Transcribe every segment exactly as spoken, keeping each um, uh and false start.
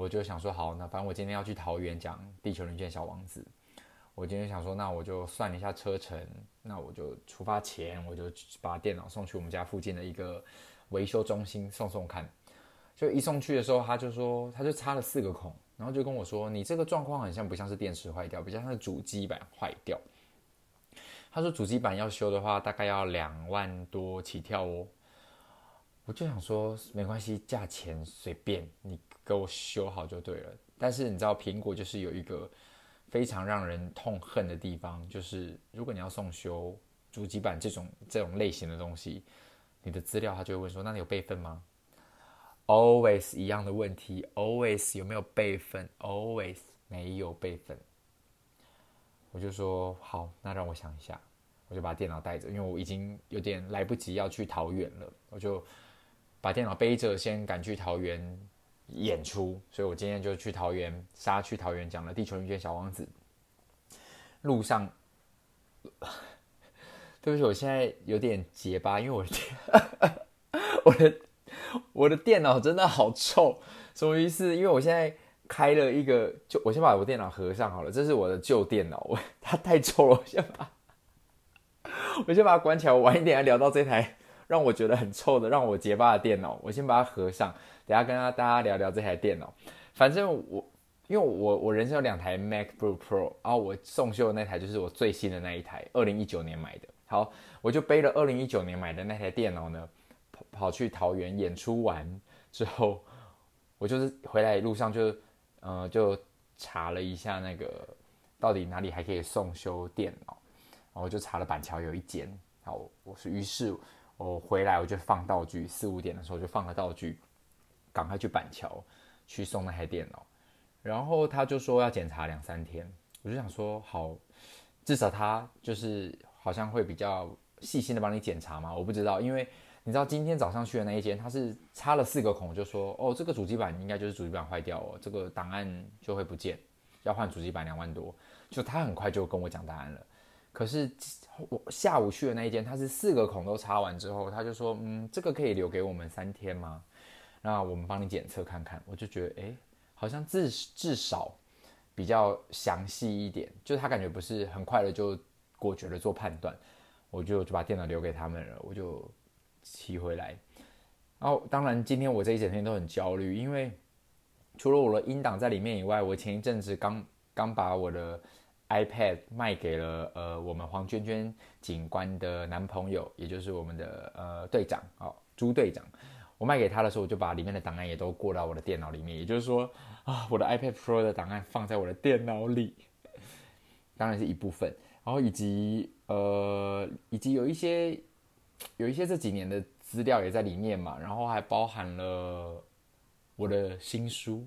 我就想说好，那反正我今天要去桃园讲《地球人间小王子》，我今天想说，那我就算了一下车程，那我就出发前我就把电脑送去我们家附近的一个维修中心送送看。就一送去的时候，他就说，他就插了四个孔，然后就跟我说，你这个状况很像不像是电池坏掉，比较像是主机板坏掉。他说主机板要修的话，大概要两万多起跳哦。我就想说，没关系，价钱随便，你给我修好就对了。但是你知道，苹果就是有一个非常让人痛恨的地方，就是如果你要送修主机板这种这种类型的东西，你的资料他就会问说，那你有备份吗？Always 一样的问题 ，Always 有没有备份 ？Always 没有备份。我就说好，那让我想一下，我就把电脑带着，因为我已经有点来不及要去桃园了，我就把电脑背着，先赶去桃园演出。所以我今天就去桃园，杀去桃园讲了《地球人间小王子》。路上，对不起，我现在有点结巴，因为我的我的。我的电脑真的好臭，什么意思？因为我现在开了一个，就我先把我电脑合上好了，这是我的旧电脑，我它太臭了，我先把我先把它关起来，我晚一点来聊到这台让我觉得很臭的、让我结巴的电脑，我先把它合上，等一下跟大家聊聊这台电脑。反正我因为我我人生有两台 MacBook Pro， 然后我送修的那台就是我最新的那一台，二零一九年买的。好，我就背了二零一九年买的那台电脑呢。跑去桃园演出完之后，我就是回来路上就，呃，就查了一下那个到底哪里还可以送修电脑，然后我就查了板桥有一间，好，我是于是我回来我就放道具，四五点的时候就放了道具，赶快去板桥去送那台电脑，然后他就说要检查两三天，我就想说好，至少他就是好像会比较细心的帮你检查嘛，我不知道，因为。你知道今天早上去的那一间，它是插了四个孔，就说哦，这个主机板应该就是主机板坏掉哦，这个档案就会不见，要换主机板两万多。就他很快就跟我讲答案了。可是我下午去的那一间，它是四个孔都插完之后，他就说嗯，这个可以留给我们三天吗？那我们帮你检测看看。我就觉得哎，好像至至少比较详细一点，就是他感觉不是很快的就果决的做判断。我就就把电脑留给他们了，我就。骑回来，然后当然今天我这一整天都很焦虑，因为除了我的音档在里面以外，我前一阵子刚刚把我的 iPad 卖给了呃我们黄娟娟警官的男朋友，也就是我们的呃队长哦朱队长。我卖给他的时候，我就把里面的档案也都过到我的电脑里面，也就是说啊，我的 iPad Pro 的档案放在我的电脑里，当然是一部分，然后以及呃以及有一些。有一些这几年的资料也在里面嘛，然后还包含了我的新书。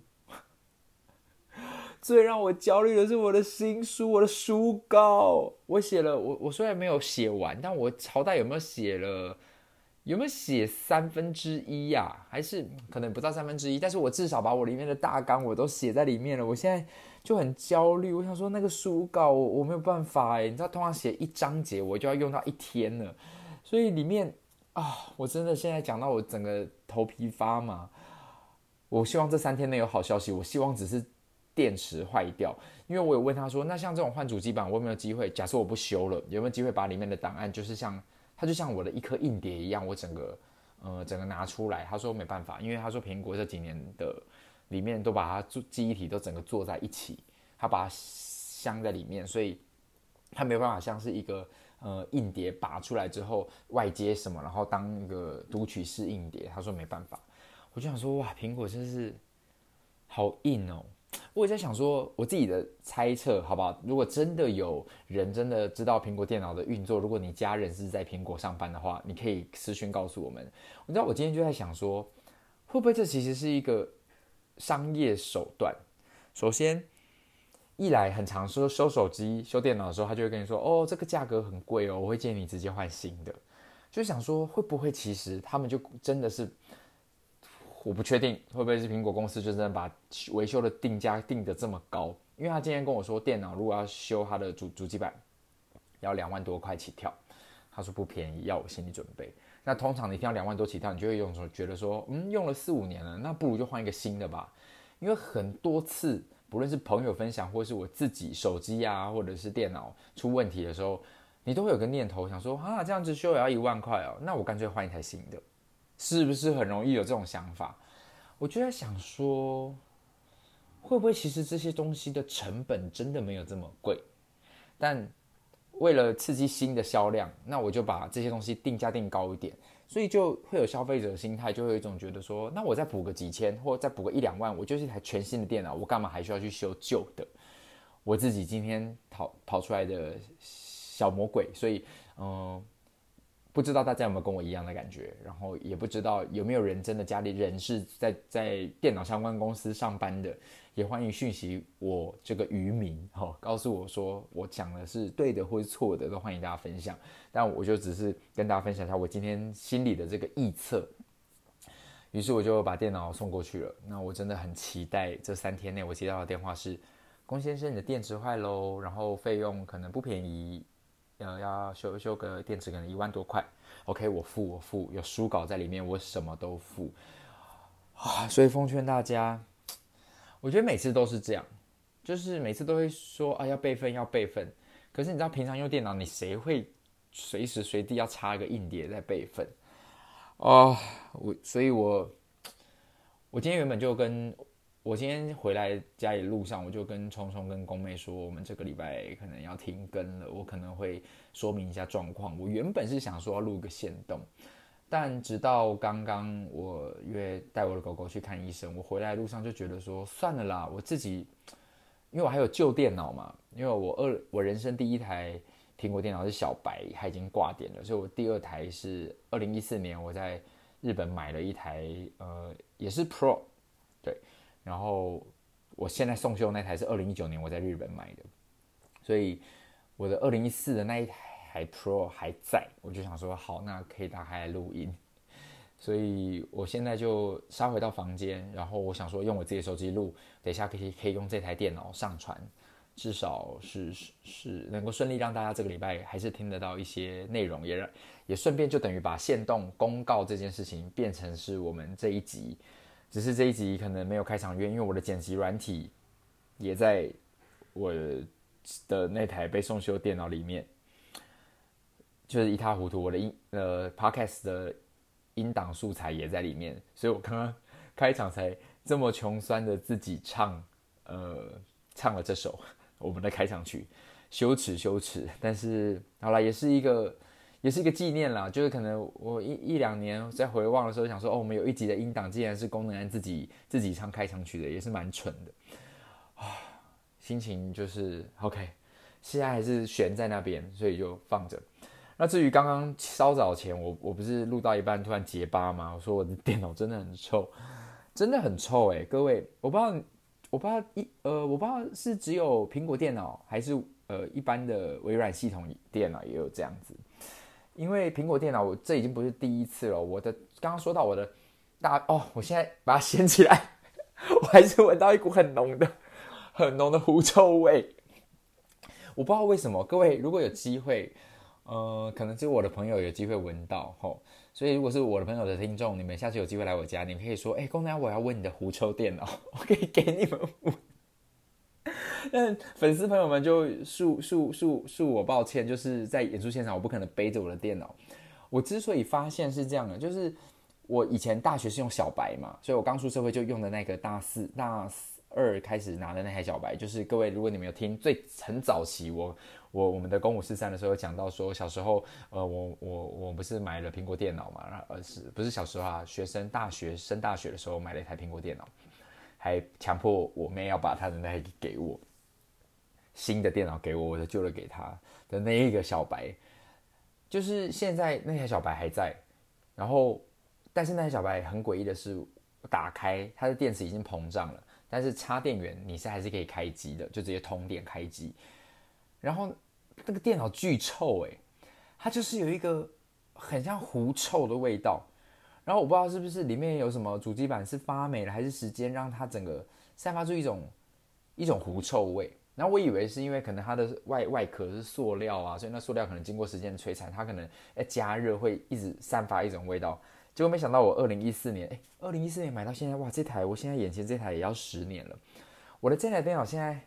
最让我焦虑的是我的新书，我的书稿。我写了，我我虽然没有写完，但我好歹有没有写了？有没有写三分之一呀？还是可能不到三分之一？但是我至少把我里面的大纲我都写在里面了。我现在就很焦虑，我想说那个书稿我我没有办法哎，你知道，通常写一章节我就要用到一天了。所以里面啊，我真的现在讲到我整个头皮发麻。我希望这三天内有好消息。我希望只是电池坏掉，因为我有问他说，那像这种换主机板，我有没有机会？假设我不修了，有没有机会把里面的档案，就是像它就像我的一颗硬碟一样，我整个呃整个拿出来？他说没办法，因为他说苹果这几年的里面都把它记忆体都整个做在一起，他把它镶在里面，所以他没有办法像是一个。呃，硬碟拔出来之后外接什么，然后当一个读取式硬碟，他说没办法。我就想说，哇，苹果真是好硬哦。我也在想说，我自己的猜测，好不好？如果真的有人真的知道苹果电脑的运作，如果你家人是在苹果上班的话，你可以私讯告诉我们。你知道，我今天就在想说，会不会这其实是一个商业手段？首先。一来很常说修手机、修电脑的时候，他就会跟你说：“哦，这个价格很贵哦，我会建议你直接换新的。”就想说，会不会其实他们就真的是，我不确定会不会是苹果公司就真的把维修的定价定得这么高？因为他今天跟我说，电脑如果要修他的主主机板，要两万多块起跳，他说不便宜，要我心理准备。那通常你听到两万多起跳，你就会用觉得说，嗯，用了四五年了，那不如就换一个新的吧。 因为很多次，不论是朋友分享，或是我自己手机啊，或者是电脑出问题的时候，你都会有个念头想说啊，这样子修也要一万块哦，那我干脆换一台新的，是不是很容易有这种想法？我就在想说，会不会其实这些东西的成本真的没有这么贵？但为了刺激新的销量，那我就把这些东西定价定高一点，所以就会有消费者的心态，就会有一种觉得说，那我再补个几千，或再补个一两万，我就是一台全新的电脑，我干嘛还需要去修旧的？我自己今天跑跑出来的小魔鬼，所以嗯、呃，不知道大家有没有跟我一样的感觉，然后也不知道有没有人真的家里人是在在电脑相关公司上班的，也欢迎讯息我这个渔民、哦、告诉我说我讲的是对的或是错的，都欢迎大家分享。但我就只是跟大家分享一下我今天心里的这个臆测。于是我就把电脑送过去了。那我真的很期待这三天内我接到的电话是：龚先生，你的电池坏喽，然后费用可能不便宜，呃，要修修个电池可能一万多块。OK， 我付我付，有书稿在里面，我什么都付啊。所以奉劝大家，我觉得每次都是这样，就是每次都会说啊要备份要备份，可是你知道平常用电脑，你谁会随时随地要插一个硬碟在备份啊？我所以我我今天原本就跟我今天回来家里路上，我就跟聪聪跟宫妹说，我们这个礼拜可能要停更了，我可能会说明一下状况。我原本是想说要录个限动，但直到刚刚我约带我的狗狗去看医生，我回来的路上就觉得说算了啦，我自己，因为我还有旧电脑嘛，因为我二我人生第一台苹果电脑是小白，它已经挂点了，所以我第二台是二零一四年我在日本买了一台，呃，也是 Pro， 对。然后我现在送修那台是二零一九年我在日本买的，所以我的二零一四的那一台 Pro 还在，我就想说好，那可以打开来录音。所以我现在就杀回到房间，然后我想说用我自己的手机录，等一下可以可以用这台电脑上传，至少是是能够顺利让大家这个礼拜还是听得到一些内容，也也顺便就等于把限动公告这件事情变成是我们这一集。只是这一集可能没有开场乐，因为我的剪辑软体也在我的那台被送修电脑里面，就是一塌糊涂。我的音呃 podcast 的音档素材也在里面，所以我刚刚开场才这么穷酸的自己唱呃唱了这首我们的开场曲，羞耻羞耻。但是好啦，也是一个。也是一个纪念啦，就是可能我一一两年在回望的时候想说，哦，我们有一集的音档竟然是功能安自己自己唱开场曲的，也是蛮蠢的啊。心情就是 OK， 现在还是悬在那边，所以就放着。那至于刚刚稍早前我我不是录到一半突然结巴吗？我说我的电脑真的很臭，真的很臭哎、欸，各位，我不知道我不知道一呃我不知道是只有苹果电脑还是呃一般的微软系统电脑也有这样子。因为苹果电脑，我这已经不是第一次了。我的刚刚说到我的大哦，我现在把它掀起来，我还是闻到一股很浓的、很浓的狐臭味。我不知道为什么，各位如果有机会，呃，可能只有我的朋友有机会闻到吼。所以如果是我的朋友的听众，你们下次有机会来我家，你们可以说，哎、欸，公仔，我要闻你的狐臭电脑，我可以给你们闻。但粉丝朋友们就恕恕恕恕我抱歉，就是在演出现场我不可能背着我的电脑。我之所以发现是这样的，就是我以前大学是用小白嘛，所以我刚出社会就用的那个大四大二开始拿的那台小白，就是各位如果你们有听最很早期我我我们的公五四三的时候有讲到说小时候呃我我我不是买了苹果电脑嘛，而是不是小时候啊，学生大学升大学的时候买了一台苹果电脑，还强迫我妹要把她的那台给我。新的电脑给我，我的旧的给他的那一个小白，就是现在那台小白还在，然后，但是那台小白很诡异的是，打开它的电池已经膨胀了，但是插电源你是还是可以开机的，就直接通电开机。然后那个电脑巨臭诶、欸，它就是有一个很像狐臭的味道。然后我不知道是不是里面有什么主机板是发霉了，还是时间让它整个散发出一种一种狐臭味。然后我以为是因为可能它的 外, 外壳是塑料啊，所以那塑料可能经过时间的摧残，它可能加热会一直散发一种味道。 结果没想到我二零一四年，哎，二零一四年买到现在，哇，这台我现在眼前这台也要十年了。我的这台电脑现在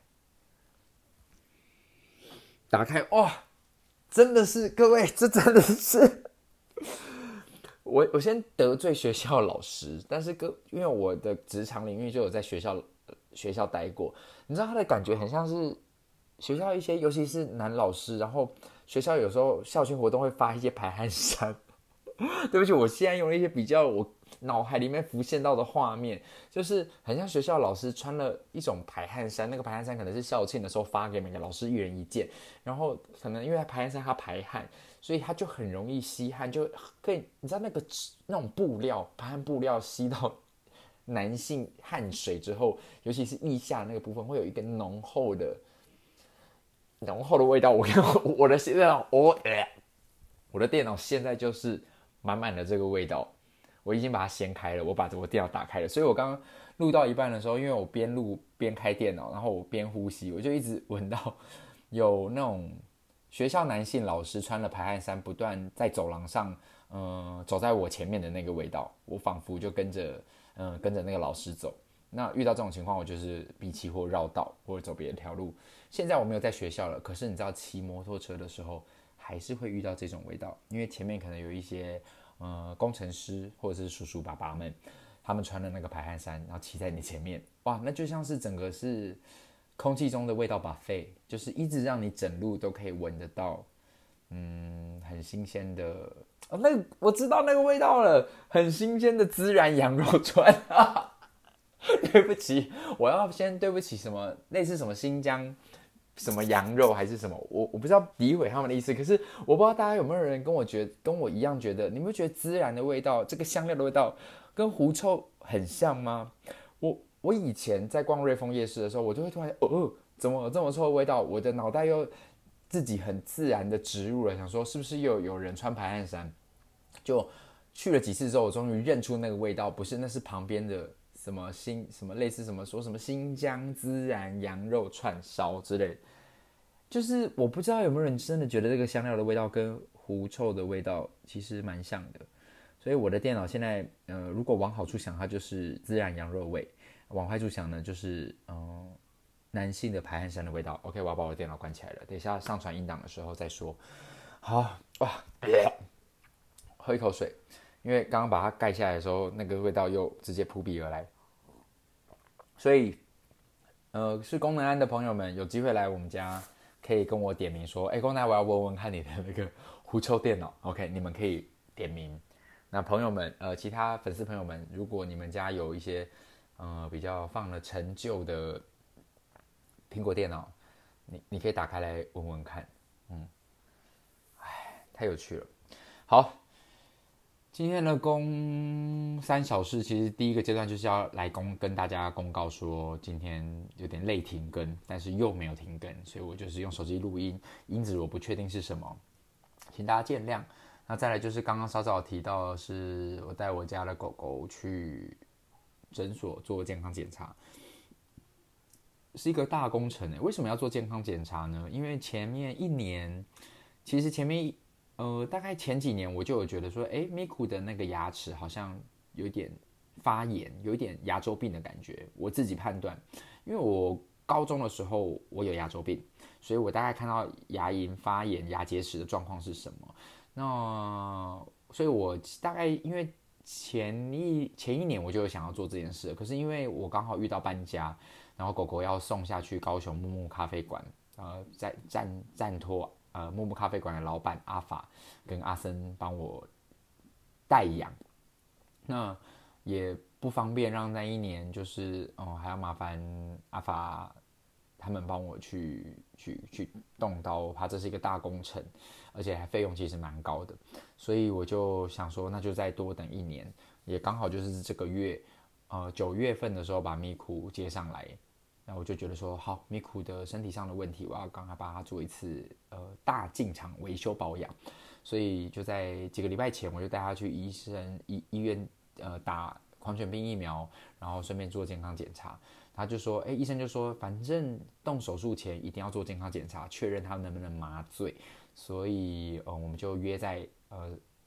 打开，哇，真的是各位，这真的是我我先得罪学校老师，但是各因为我的职场领域就有在学校学校待过，你知道他的感觉很像是学校一些，尤其是男老师，然后学校有时候校庆活动会发一些排汗衫。对不起，我现在用了一些比较我脑海里面浮现到的画面，就是很像学校老师穿了一种排汗衫，那个排汗衫可能是校庆的时候发给每个老师一人一件，然后可能因为排汗衫它排汗，所以它就很容易吸汗，就可以你知道那个那种布料排汗布料吸到男性汗水之后，尤其是腋下那个部分会有一个浓厚的浓厚的味道。我跟我的现在我、呃、我的电脑现在就是满满的这个味道，我已经把它掀开了，我把我电脑打开了，所以我刚刚录到一半的时候，因为我边录边开电脑，然后我边呼吸，我就一直闻到有那种学校男性老师穿了排汗衫，不断在走廊上，嗯、呃，走在我前面的那个味道，我仿佛就跟着，嗯、呃，跟着那个老师走。那遇到这种情况，我就是闭气或绕道，或者走别的条路。现在我没有在学校了，可是你知道骑摩托车的时候，还是会遇到这种味道，因为前面可能有一些呃工程师或者是叔叔爸爸们，他们穿的那个排汗衫，然后骑在你前面，哇，那就像是整个是空气中的味道 buffet， 就是一直让你整路都可以闻得到，嗯，很新鲜的，哦，那我知道那个味道了，很新鲜的孜然羊肉串。对不起，我要先对不起什么类似什么新疆什么羊肉还是什么，我我不知道诋毁他们的意思，可是我不知道大家有没有人跟我觉得跟我一样觉得，你们觉得孜然的味道，这个香料的味道跟狐臭很像吗？我我以前在逛瑞丰夜市的时候，我就会突然哦，怎么有这么臭的味道？我的脑袋又自己很自然的植入了，想说是不是又有人穿排汗衫？就去了几次之后，我终于认出那个味道，不是，那是旁边的什么新什么类似什么说什么新疆孜然羊肉串烧之类的，就是我不知道有没有人真的觉得这个香料的味道跟狐臭的味道其实蛮像的。所以我的电脑现在，呃，如果往好处想，它就是孜然羊肉味；往坏处想呢，就是嗯、呃、男性的排汗衫的味道。OK， 我要把我的电脑关起来了，等一下上传音档的时候再说。好，哇，喝一口水，因为刚刚把它盖下来的时候，那个味道又直接扑鼻而来。所以，呃，是功能安的朋友们有机会来我们家，可以跟我点名说，哎，功能安，我要闻闻看你的那个狐臭电脑。OK， 你们可以点名。那朋友们，呃，其他粉丝朋友们，如果你们家有一些，呃，比较放了陈旧的苹果电脑，你你可以打开来闻闻看。嗯，哎，太有趣了。好。今天的公三小事，其实第一个阶段就是要来公跟大家公告说，今天有点累停更，但是又没有停更，所以我就是用手机录音，音质我不确定是什么，请大家见谅。那再来就是刚刚稍早提到的是，我带我家的狗狗去诊所做健康检查，是一个大工程诶。为什么要做健康检查呢？因为前面一年，其实前面一呃，大概前几年我就有觉得说，哎，Miku 的那个牙齿好像有点发炎，有一点牙周病的感觉。我自己判断，因为我高中的时候我有牙周病，所以我大概看到牙龈发炎、牙结石的状况是什么。那所以我大概因为前一前一年我就有想要做这件事，可是因为我刚好遇到搬家，然后狗狗要送下去高雄木木咖啡馆，呃，在暂暂托。呃，木木咖啡馆的老板阿法跟阿森帮我代养，那也不方便让那一年就是哦还要麻烦阿法他们帮我去去去动刀，我怕这是一个大工程，而且还费用其实蛮高的，所以我就想说那就再多等一年，也刚好就是这个月，呃九月份的时候把咪库接上来。那我就觉得说，好，米库的身体上的问题，我要赶快帮他做一次呃大进场维修保养，所以就在几个礼拜前，我就带他去医生医医院呃打狂犬病疫苗，然后顺便做健康检查。他就说，哎，医生就说，反正动手术前一定要做健康检查，确认他能不能麻醉。所以，呃，我们就约在呃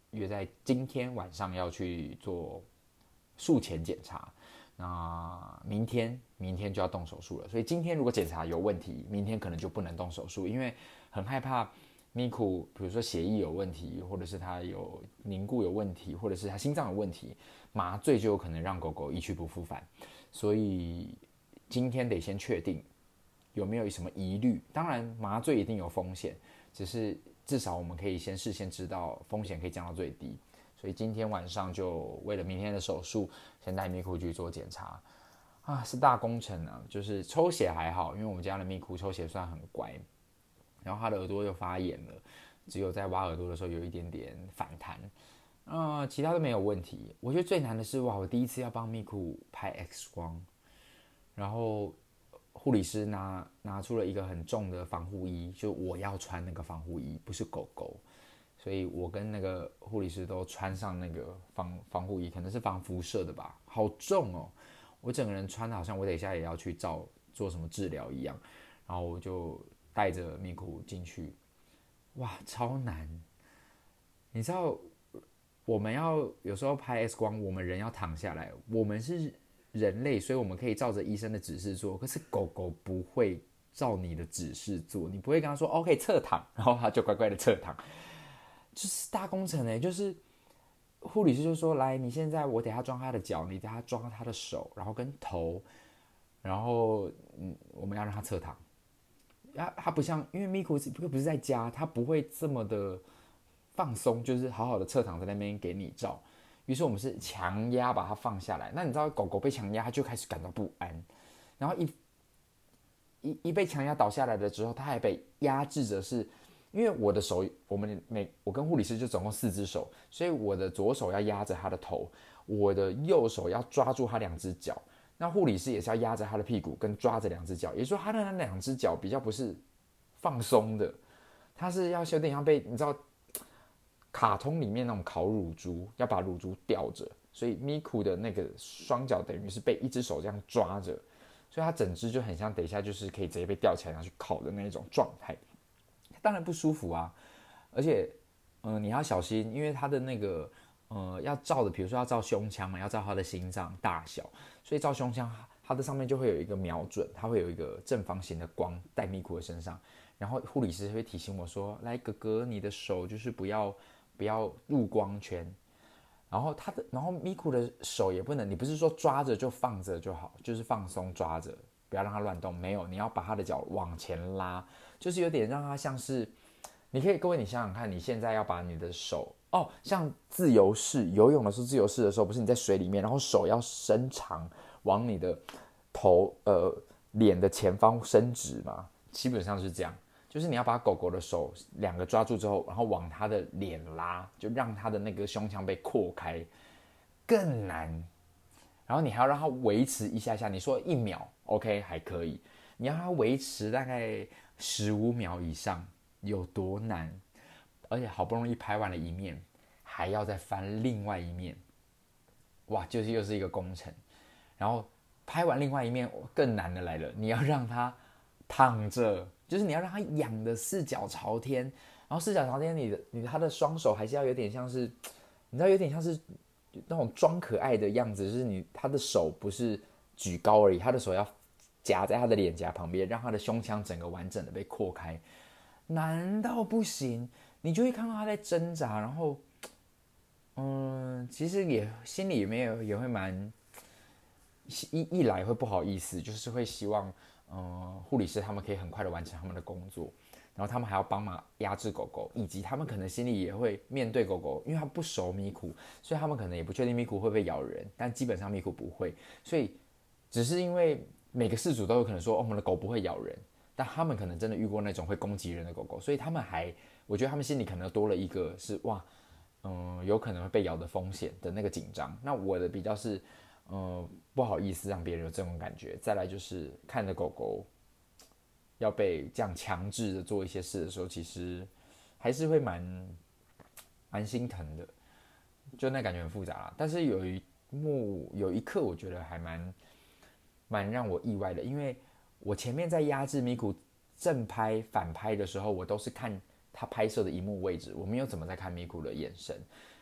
约在今天晚上要去做术前检查。那明天明天就要动手术了，所以今天如果检查有问题，明天可能就不能动手术，因为很害怕咪咕，比如说血液有问题，或者是他有凝固有问题，或者是他心脏有问题，麻醉就有可能让狗狗一去不复返。所以今天得先确定有没有什么疑虑。当然麻醉一定有风险，只是至少我们可以先事先知道风险可以降到最低。所以今天晚上就为了明天的手术，先带咪咕去做检查啊，是大工程啊。就是抽血还好，因为我们家的咪咕抽血算很乖，然后他的耳朵又发炎了，只有在挖耳朵的时候有一点点反弹，呃，其他都没有问题。我觉得最难的是，哇，我第一次要帮咪咕拍 X 光，然后护理师拿拿出了一个很重的防护衣，就我要穿那个防护衣，不是狗狗。所以我跟那个护理师都穿上那个 防, 防护衣，可能是防辐射的吧，好重哦！我整个人穿的好像我等一下也要去照做什么治疗一样，然后我就带着咪咕进去，哇，超难！你知道我们要有时候拍 X 光，我们人要躺下来，我们是人类，所以我们可以照着医生的指示做，可是狗狗不会照你的指示做，你不会跟他说 OK 侧躺，然后他就乖乖的侧躺。就是大工程哎、欸，就是护理师就说：“来，你现在我等下装他的脚，你等下装他的手，然后跟头，然后嗯，我们要让他侧躺。他他不像，因为咪咕不是在家，他不会这么的放松，就是好好的侧躺在那边给你照。于是我们是强压把它放下来。那你知道狗狗被强压，它就开始感到不安，然后一一一被强压倒下来了之后，它还被压制着是。”因为我的手，我们每我跟护理师就总共四只手，所以我的左手要压着他的头，我的右手要抓住他两只脚，那护理师也是要压着他的屁股跟抓着两只脚，也就是说他的那两只脚比较不是放松的，他是要有点像被你知道卡通里面那种烤乳猪，要把乳猪吊着，所以咪咕的那个双脚等于是被一只手这样抓着，所以他整只就很像等一下就是可以直接被吊起来然后去烤的那一种状态。当然不舒服啊，而且，嗯、呃，你要小心，因为他的那个，呃，要照的，比如说要照胸腔嘛，要照他的心脏大小，所以照胸腔，它的上面就会有一个瞄准，它会有一个正方形的光在咪咕的身上，然后护理师会提醒我说，来哥哥，你的手就是不要不要入光圈，然后他的，然后咪咕的手也不能，你不是说抓着就放着就好，就是放松抓着，不要让它乱动，没有，你要把他的脚往前拉。就是有点让它像是，你可以各位你想想看，你现在要把你的手哦，像自由式游泳的时候，自由式的时候，不是你在水里面，然后手要伸长，往你的头呃脸的前方伸直嘛，基本上是这样，就是你要把狗狗的手两个抓住之后，然后往它的脸拉，就让它的那个胸腔被扩开，更难。然后你还要让它维持一下下，你说一秒 OK 还可以，你要让它维持大概十五秒以上，有多难？而且好不容易拍完了一面，还要再翻另外一面，哇，就是又是一个工程。然后拍完另外一面，更难的来了，你要让它躺着，就是你要让它仰的四脚朝天，然后四脚朝天你的，你的他的双手还是要有点像是，你知道有点像是那种装可爱的样子，就是你他的手不是举高而已，他的手要夹在他的脸颊旁边，让他的胸腔整个完整的被扩开，难到不行。你就会看到他在挣扎，然后，嗯，其实也心里面也也会蛮一一来会不好意思，就是会希望，嗯，护理师他们可以很快的完成他们的工作，然后他们还要帮忙压制狗狗，以及他们可能心里也会面对狗狗，因为他不熟咪咕，所以他们可能也不确定咪咕会不会咬人，但基本上咪咕不会，所以只是因为每个饲主都有可能说，哦，我们的狗不会咬人，但他们可能真的遇过那种会攻击人的狗狗，所以他们还，我觉得他们心里可能多了一个是哇，嗯，有可能会被咬的风险的那个紧张。那我的比较是，嗯，不好意思让别人有这种感觉。再来就是看着狗狗要被这样强制的做一些事的时候，其实还是会蛮蛮心疼的，就那感觉很复杂啦。但是有一幕有一刻，我觉得还蛮蛮让我意外的，因为我前面在压制咪咕正拍反拍的时候，我都是看他拍摄的萤幕位置，我没有怎么在看咪咕的眼神。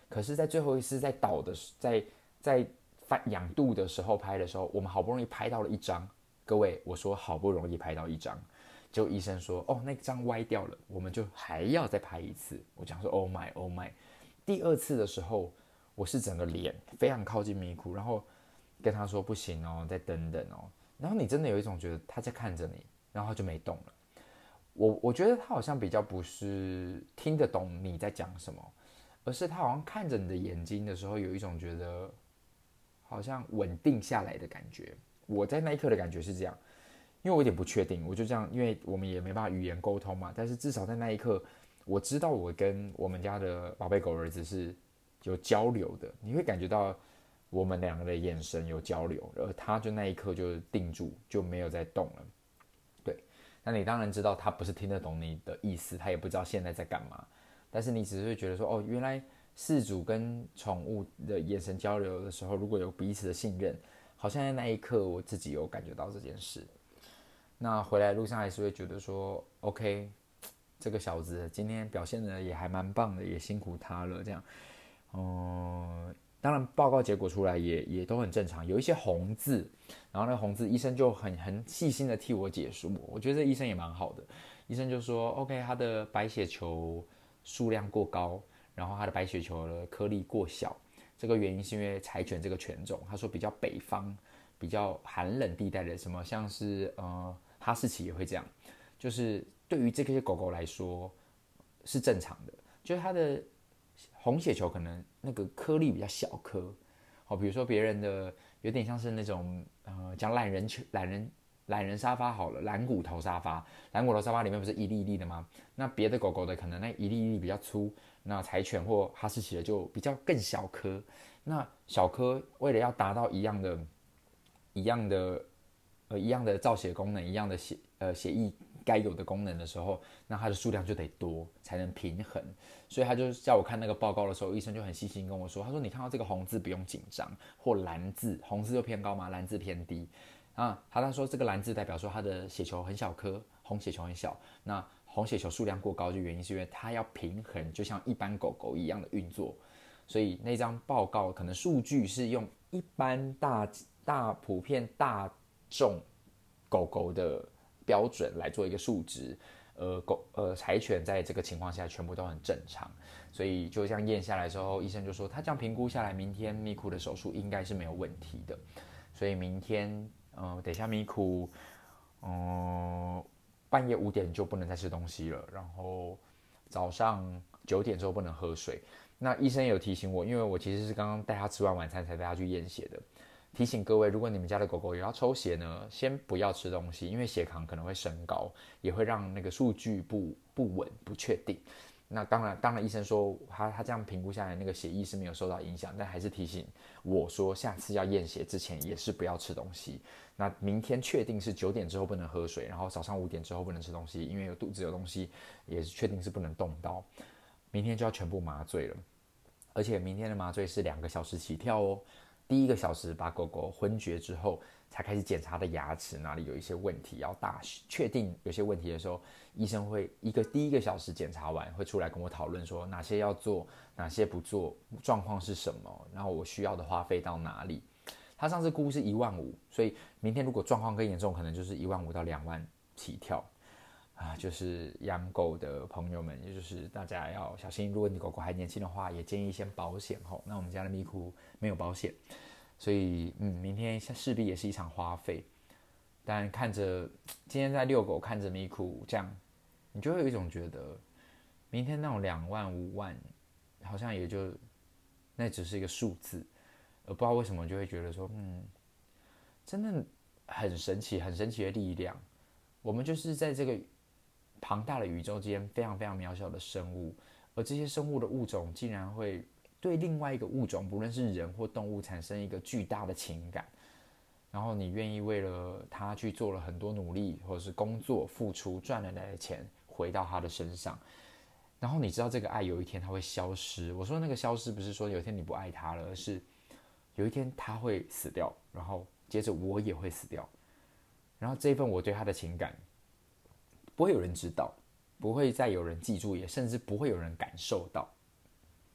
可是，在最后一次在倒的在在翻仰肚的时候拍的时候，我们好不容易拍到了一张。各位，我说好不容易拍到一张，结果医生说，哦，那张歪掉了，我们就还要再拍一次。我讲说 ，Oh my Oh my。第二次的时候，我是整个脸非常靠近咪咕，然后跟他说不行哦，再等等哦。然后你真的有一种觉得他在看着你，然后他就没动了。我我觉得他好像比较不是听得懂你在讲什么，而是他好像看着你的眼睛的时候，有一种觉得好像稳定下来的感觉。我在那一刻的感觉是这样，因为我有点不确定，我就这样，因为我们也没办法语言沟通嘛。但是至少在那一刻，我知道我跟我们家的宝贝狗儿子是有交流的，你会感觉到我们两个的眼神有交流，而他就那一刻就定住，就没有再动了。对，那你当然知道他不是听得懂你的意思，他也不知道现在在干嘛，但是你只是会觉得说，哦，原来饲主跟宠物的眼神交流的时候，如果有彼此的信任，好像在那一刻我自己有感觉到这件事。那回来路上还是会觉得说 ，OK， 这个小子今天表现的也还蛮棒的，也辛苦他了。这样，嗯，当然报告结果出来也也都很正常，有一些红字，然后那个红字医生就很很细心的替我解说，我觉得这医生也蛮好的。医生就说 ，OK， 他的白血球数量过高，然后他的白血球的颗粒过小。这个原因是因为柴犬这个犬种，他说比较北方、比较寒冷地带的，什么像是呃哈士奇也会这样，就是对于这些狗狗来说是正常的，就是它的红血球可能那个颗粒比较小颗，好，比如说别人的有点像是那种呃讲懒人球、懒人懒人沙发好了，懒骨头沙发，懒骨头沙发里面不是一粒一粒的吗？那别的狗狗的可能那一粒一粒比较粗。那柴犬或哈士奇的就比较更小颗，那小颗为了要达到一样的、一样的、呃一样的造血功能、一样的血呃血液该有的功能的时候，那它的数量就得多才能平衡。所以他就叫我看那个报告的时候，医生就很细心跟我说，他说你看到这个红字不用紧张，或蓝字，红字就偏高嘛，蓝字偏低。啊，他他说这个蓝字代表说它的血球很小颗，红血球很小，那红血球数量过高，就原因是因为它要平衡，就像一般狗狗一样的运作，所以那张报告可能数据是用一般大大普遍大众狗狗的标准来做一个数值，呃狗呃柴犬在这个情况下全部都很正常，所以就这样验下来之后，医生就说他这样评估下来，明天咪咕的手术应该是没有问题的，所以明天呃等一下咪咕嗯。呃半夜五点就不能再吃东西了，然后早上九点之后不能喝水。那医生有提醒我，因为我其实是刚刚带他吃完晚餐才带他去验血的。提醒各位，如果你们家的狗狗有要抽血呢，先不要吃东西，因为血糖可能会升高，也会让那个数据不不稳、不确定。那当然，当然医生说他他这样评估下来，那个血液是没有受到影响，但还是提醒我说，下次要验血之前也是不要吃东西。那明天确定是九点之后不能喝水，然后早上五点之后不能吃东西，因为有肚子有东西，也是确定是不能动刀。明天就要全部麻醉了，而且明天的麻醉是两个小时起跳哦。第一个小时把狗狗昏厥之后，才开始检查的牙齿哪里有一些问题，要大确定有些问题的时候，医生会一个第一个小时检查完，会出来跟我讨论说哪些要做，哪些不做，状况是什么，然后我需要的花费到哪里。他上次估是一万五，所以明天如果状况更严重，可能就是一万五到两万起跳。啊，就是养狗的朋友们，也就是大家要小心。如果你狗狗还年轻的话，也建议先保险吼。那我们家的咪咕没有保险，所以嗯，明天势必也是一场花费。但看着今天在遛狗，看着咪咕这样，你就会有一种觉得，明天那种两万五万，好像也就那只是一个数字，而不知道为什么就会觉得说，嗯，真的很神奇，很神奇的力量。我们就是在这个庞大的宇宙间非常非常渺小的生物，而这些生物的物种竟然会对另外一个物种，不论是人或动物，产生一个巨大的情感，然后你愿意为了它去做了很多努力，或者是工作付出，赚了来的钱回到它的身上，然后你知道这个爱有一天它会消失。我说那个消失不是说有一天你不爱它了，而是有一天它会死掉，然后接着我也会死掉，然后这份我对它的情感不会有人知道，不会再有人记住，也甚至不会有人感受到，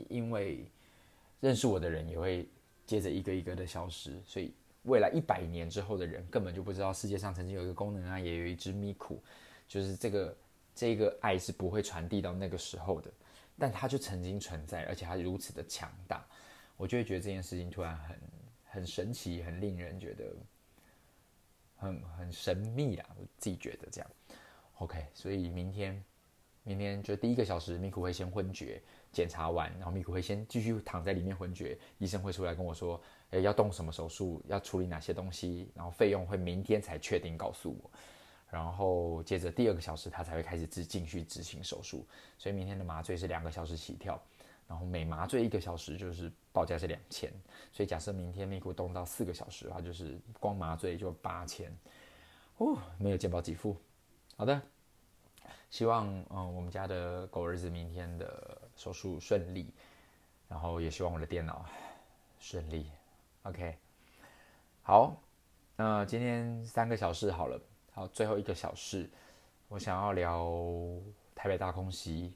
因为认识我的人也会接着一个一个的消失，所以未来一百年之后的人根本就不知道世界上曾经有一个功能啊，也有一只咪咕，就是这个这个爱是不会传递到那个时候的，但它就曾经存在，而且它如此的强大，我就会觉得这件事情突然很很神奇，很令人觉得很很神秘啦，我自己觉得这样。OK， 所以明天明天就第一个小时，咪咕会先昏厥，检查完，然后咪咕会先继续躺在里面昏厥，医生会出来跟我说，诶，要动什么手术，要处理哪些东西，然后费用会明天才确定告诉我。然后接着第二个小时，他才会开始继续执行手术，所以明天的麻醉是两个小时起跳，然后每麻醉一个小时就是报价是两千，所以假设明天咪咕动到四个小时的话，就是光麻醉就八千，哦，没有健保给付。好的。希望嗯我们家的狗儿子明天的手术顺利，然后也希望我的电脑顺利。OK， 好，那今天三个小时好了，好，最后一个小时，我想要聊台北大空袭。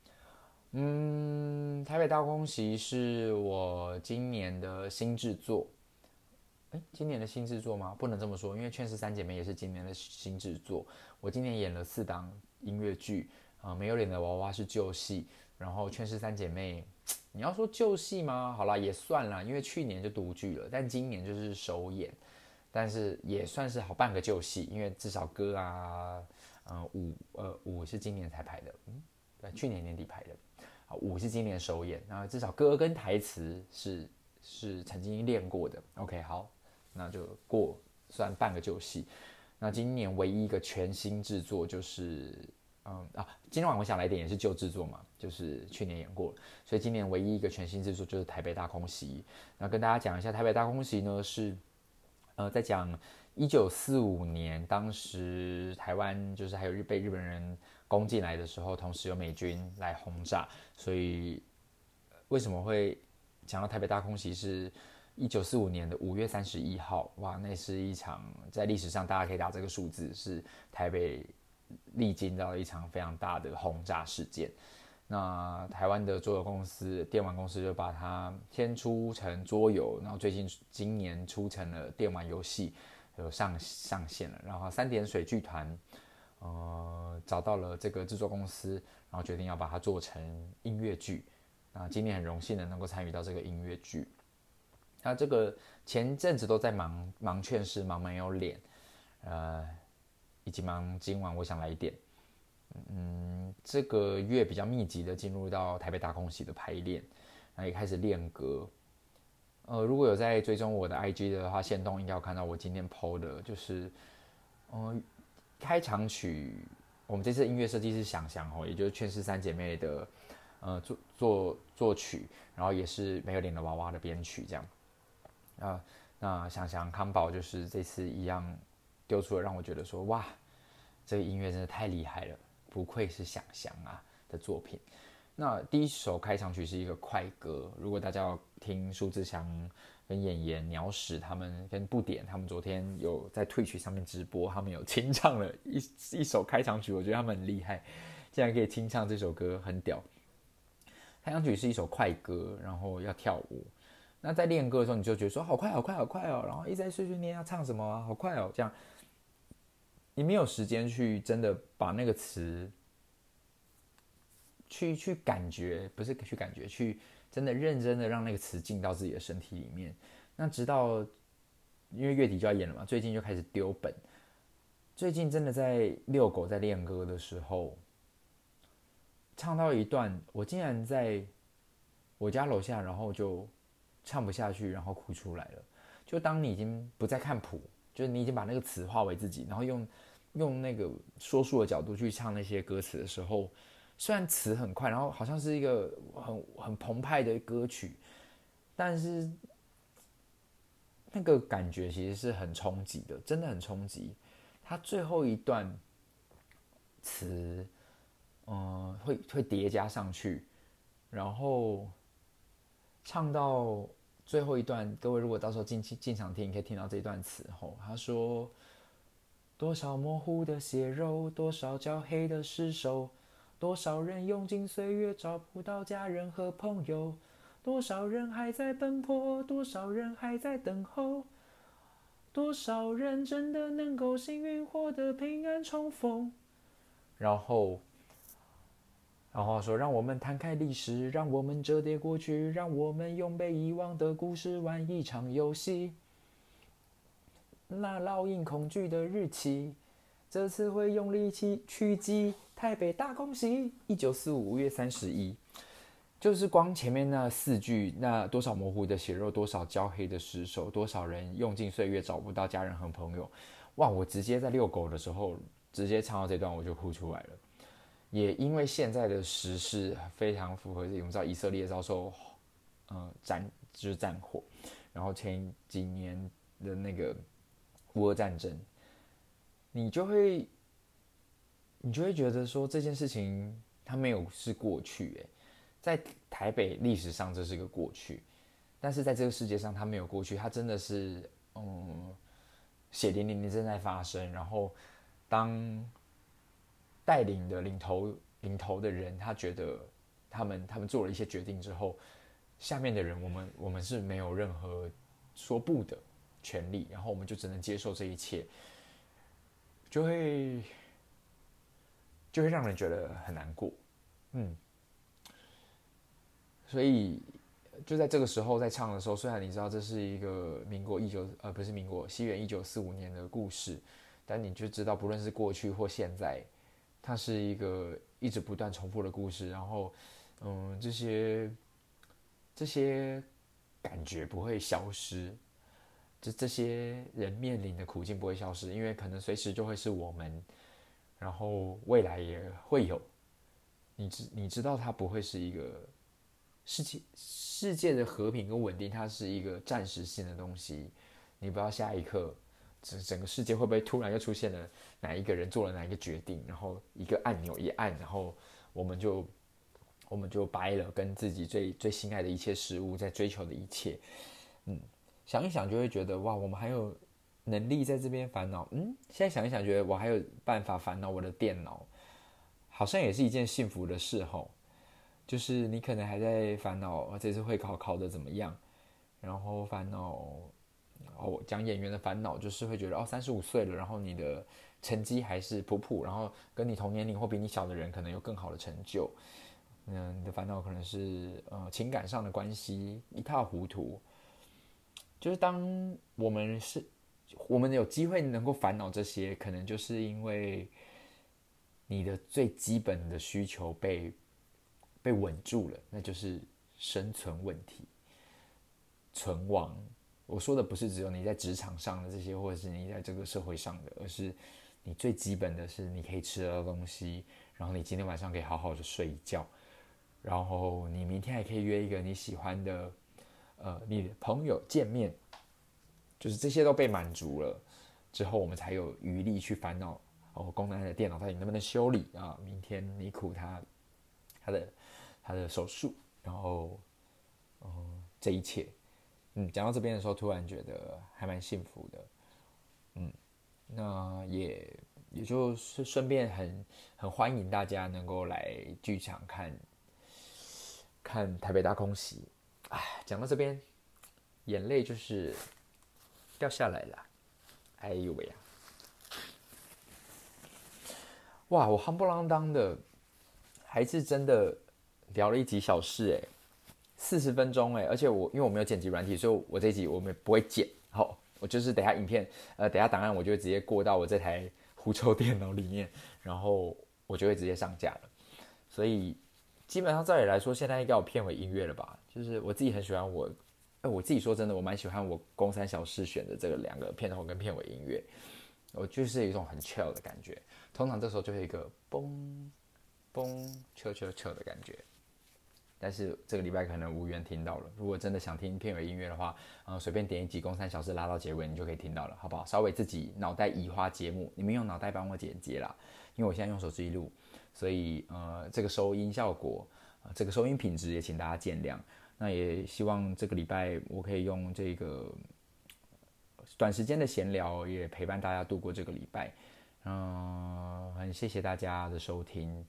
嗯，台北大空袭是我今年的新制作。哎，今年的新制作吗？不能这么说，因为《劝世三姐妹》也是今年的新制作。我今年演了四档音乐剧，啊、呃，没有脸的娃娃是旧戏，然后《劝世三姐妹》，你要说旧戏吗？好啦，也算啦，因为去年就独剧了，但今年就是首演，但是也算是好半个旧戏，因为至少歌啊，呃舞呃舞是今年才排的，嗯，对，去年年底排的，啊舞是今年首演，然后至少歌跟台词是是曾经练过的。OK， 好。那就过算半个旧戏。那今年唯一一个全新制作就是，嗯啊，今天晚我想来点也是旧制作嘛，就是去年演过了，所以今年唯一一个全新制作就是台北大空袭。那跟大家讲一下，台北大空袭呢是，呃，在讲一九四五年，当时台湾就是还有被日本人攻进来的时候，同时有美军来轰炸，所以为什么会讲到台北大空袭是？一九四五年的五月三十一号，哇，那是一场在历史上大家可以打这个数字，是台北历经到一场非常大的轰炸事件。那台湾的桌游公司电玩公司就把它先出成桌游，然后最近今年出成了电玩游戏，有上上线了。然后三点水剧团，呃，找到了这个制作公司，然后决定要把它做成音乐剧。那今年很荣幸的能够参与到这个音乐剧。那这个前阵子都在忙忙劝世，忙没有脸，呃，以及忙今晚我想来一点，嗯，这个月比较密集的进入到台北大空袭的排练，然后也开始练歌。呃，如果有在追踪我的 I G 的话，限动应该有看到我今天 P O 的，就是，呃，开场曲，我们这次音乐设计是想想哦，也就是劝世三姐妹的，呃，作作作曲，然后也是没有脸的娃娃的编曲这样。啊，那想想康宝就是这次一样丢出了让我觉得说哇，这个音乐真的太厉害了，不愧是想想啊的作品。那第一首开场曲是一个快歌，如果大家要听苏志祥跟演员鸟屎他们跟不点他们昨天有在Twitch上面直播，他们有清唱了一一首开场曲，我觉得他们很厉害，竟然可以清唱这首歌，很屌。开场曲是一首快歌，然后要跳舞。那在练歌的时候，你就觉得说好快好快好快哦，然后一直在碎碎念要唱什么啊，好快哦，这样你没有时间去真的把那个词去去感觉，不是去感觉，去真的认真的让那个词进到自己的身体里面。那直到因为月底就要演了嘛，最近就开始丢本。最近真的在遛狗在练歌的时候，唱到一段，我竟然在我家楼下，然后就唱不下去，然后哭出来了。就当你已经不再看谱，就是你已经把那个词化为自己，然后用用那个说书的角度去唱那些歌词的时候，虽然词很快，然后好像是一个很很澎湃的歌曲，但是那个感觉其实是很冲击的，真的很冲击。它最后一段词，嗯，会会叠加上去，然后唱到最后一段，各位如果到时候进进场听，你可以听到这一段词后，他说：多少模糊的血肉，多少焦黑的尸首， 多少人用尽岁月找不到家人和朋友，多少人还在奔波，多少人还在等候，多少人真的能够幸运获得平安重逢。然后然后说，让我们摊开历史，让我们折叠过去，让我们用被遗忘的故事玩一场游戏。那烙印恐惧的日期，这次会用力气狙击台北大空袭。一九四五五月三十一，就是光前面那四句，那多少模糊的血肉，多少焦黑的尸首，多少人用尽岁月找不到家人和朋友。哇！我直接在遛狗的时候，直接唱到这段我就哭出来了。也因为现在的时事非常符合，我们知道以色列遭受呃战就是战火，然后前几年的那个乌俄战争，你就会你就会觉得说这件事情它没有是过去，欸，在台北历史上这是个过去，但是在这个世界上它没有过去，它真的是嗯血淋淋的正在发生。然后当带领的领头领头的人，他觉得他们他们做了一些决定之后，下面的人我们我们是没有任何说不的权利，然后我们就只能接受这一切，就会就会让人觉得很难过，嗯，所以就在这个时候在唱的时候，虽然你知道这是一个民国一九呃不是民国西元一九四五年的故事，但你就知道不论是过去或现在，它是一个一直不断重复的故事，然后，嗯，这些这些感觉不会消失，这这些人面临的苦境不会消失，因为可能随时就会是我们，然后未来也会有，你知你知道它不会是一个世界世界的和平跟稳定，它是一个暂时性的东西，你不知道下一刻。整个世界会不会突然又出现了哪一个人做了哪一个决定，然后一个按钮一按，然后我们就我们就掰了跟自己最最心爱的一切事物在追求的一切，嗯，想一想就会觉得哇，我们还有能力在这边烦恼，嗯，现在想一想觉得我还有办法烦恼我的电脑，好像也是一件幸福的事吼，就是你可能还在烦恼这次会考考得怎么样，然后烦恼。哦，讲演员的烦恼就是会觉得哦，三十五岁了，然后你的成绩还是普普，然后跟你同年龄或比你小的人可能有更好的成就，嗯，你的烦恼可能是呃情感上的关系一塌糊涂。就是当我们是我们有机会能够烦恼这些，可能就是因为你的最基本的需求被被稳住了，那就是生存问题，存亡。我说的不是只有你在职场上的这些，或者是你在这个社会上的，而是你最基本的是你可以吃得到东西，然后你今天晚上可以好好的睡一觉，然后你明天还可以约一个你喜欢的呃你的朋友见面，就是这些都被满足了之后，我们才有余力去烦恼哦，功能的电脑到底能不能修理啊？明天你苦他他的他的手术，然后嗯这一切。嗯，讲到这边的时候，突然觉得还蛮幸福的，嗯，那也也就是顺便很很欢迎大家能够来剧场看看台北大空袭，哎，讲到这边，眼泪就是掉下来了，哎呦喂呀，哇，我夯不啷当的，还是真的聊了一集小事哎。四十分钟哎，而且我因为我没有剪辑软体，所以我这一集我们不会剪。好，我就是等一下影片，呃，等一下档案我就会直接过到我这台狐臭电脑里面，然后我就会直接上架了。所以基本上照理来说，现在应该有片尾音乐了吧？就是我自己很喜欢我，呃，我自己说真的，我蛮喜欢我公三小事选的这个两个片头跟片尾音乐，我就是有一种很 chill 的感觉。通常这时候就会一个嘣嘣 chill chill chill 的感觉。但是这个礼拜可能无缘听到了。如果真的想听片尾音乐的话，呃，随便点一集公三小时拉到结尾，你就可以听到了，好不好？稍微自己脑袋移花节目，你们用脑袋帮我剪接啦，因为我现在用手机录，所以呃，这个收音效果，呃，这个收音品质也请大家见谅。那也希望这个礼拜我可以用这个短时间的闲聊，也陪伴大家度过这个礼拜。嗯、呃，很谢谢大家的收听。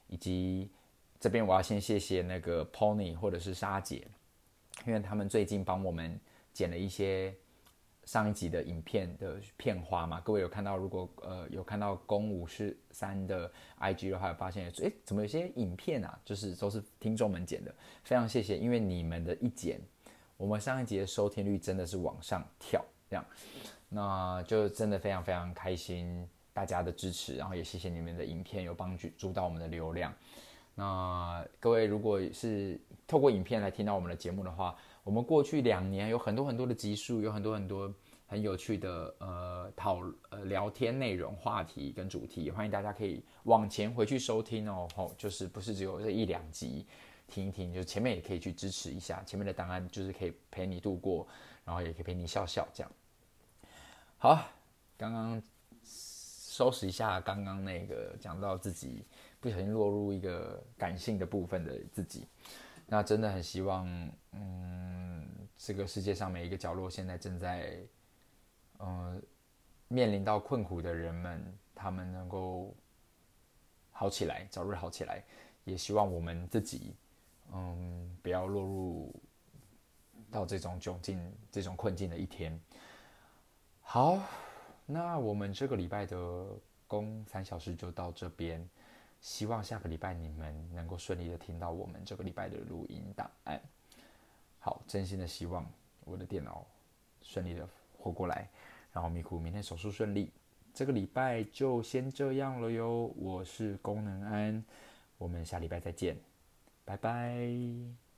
以及这边我要先谢谢那个 Pony 或者是莎姐，因为他们最近帮我们剪了一些上一集的影片的片花嘛。各位有看到，如果呃有看到公五是三的 I G 的话，发现哎怎么有些影片啊，就是都是听众们剪的，非常谢谢，因为你们的一剪，我们上一集的收听率真的是往上跳，这样，那就真的非常非常开心大家的支持，然后也谢谢你们的影片有帮助到我们的流量。那各位如果是透过影片来听到我们的节目的话，我们过去两年有很多很多的集数，有很多很多很有趣的呃讨呃聊天内容、话题跟主题，欢迎大家可以往前回去收听哦。吼，就是不是只有这一两集听一听，就是前面也可以去支持一下，前面的档案就是可以陪你度过，然后也可以陪你笑笑这样。好，刚刚收拾一下刚刚那个讲到自己不小心落入一个感性的部分的自己，那真的很希望，嗯，这个世界上每一个角落现在正在，呃，面临到困苦的人们，他们能够好起来，早日好起来。也希望我们自己，嗯，不要落入到这种窘境、这种困境的一天。好，那我们这个礼拜的公三小时就到这边。希望下个礼拜你们能够顺利的听到我们这个礼拜的录音档案。好，真心的希望我的电脑顺利的活过来，然后咪咕明天手术顺利。这个礼拜就先这样了哟，我是功能安，我们下礼拜再见，拜拜。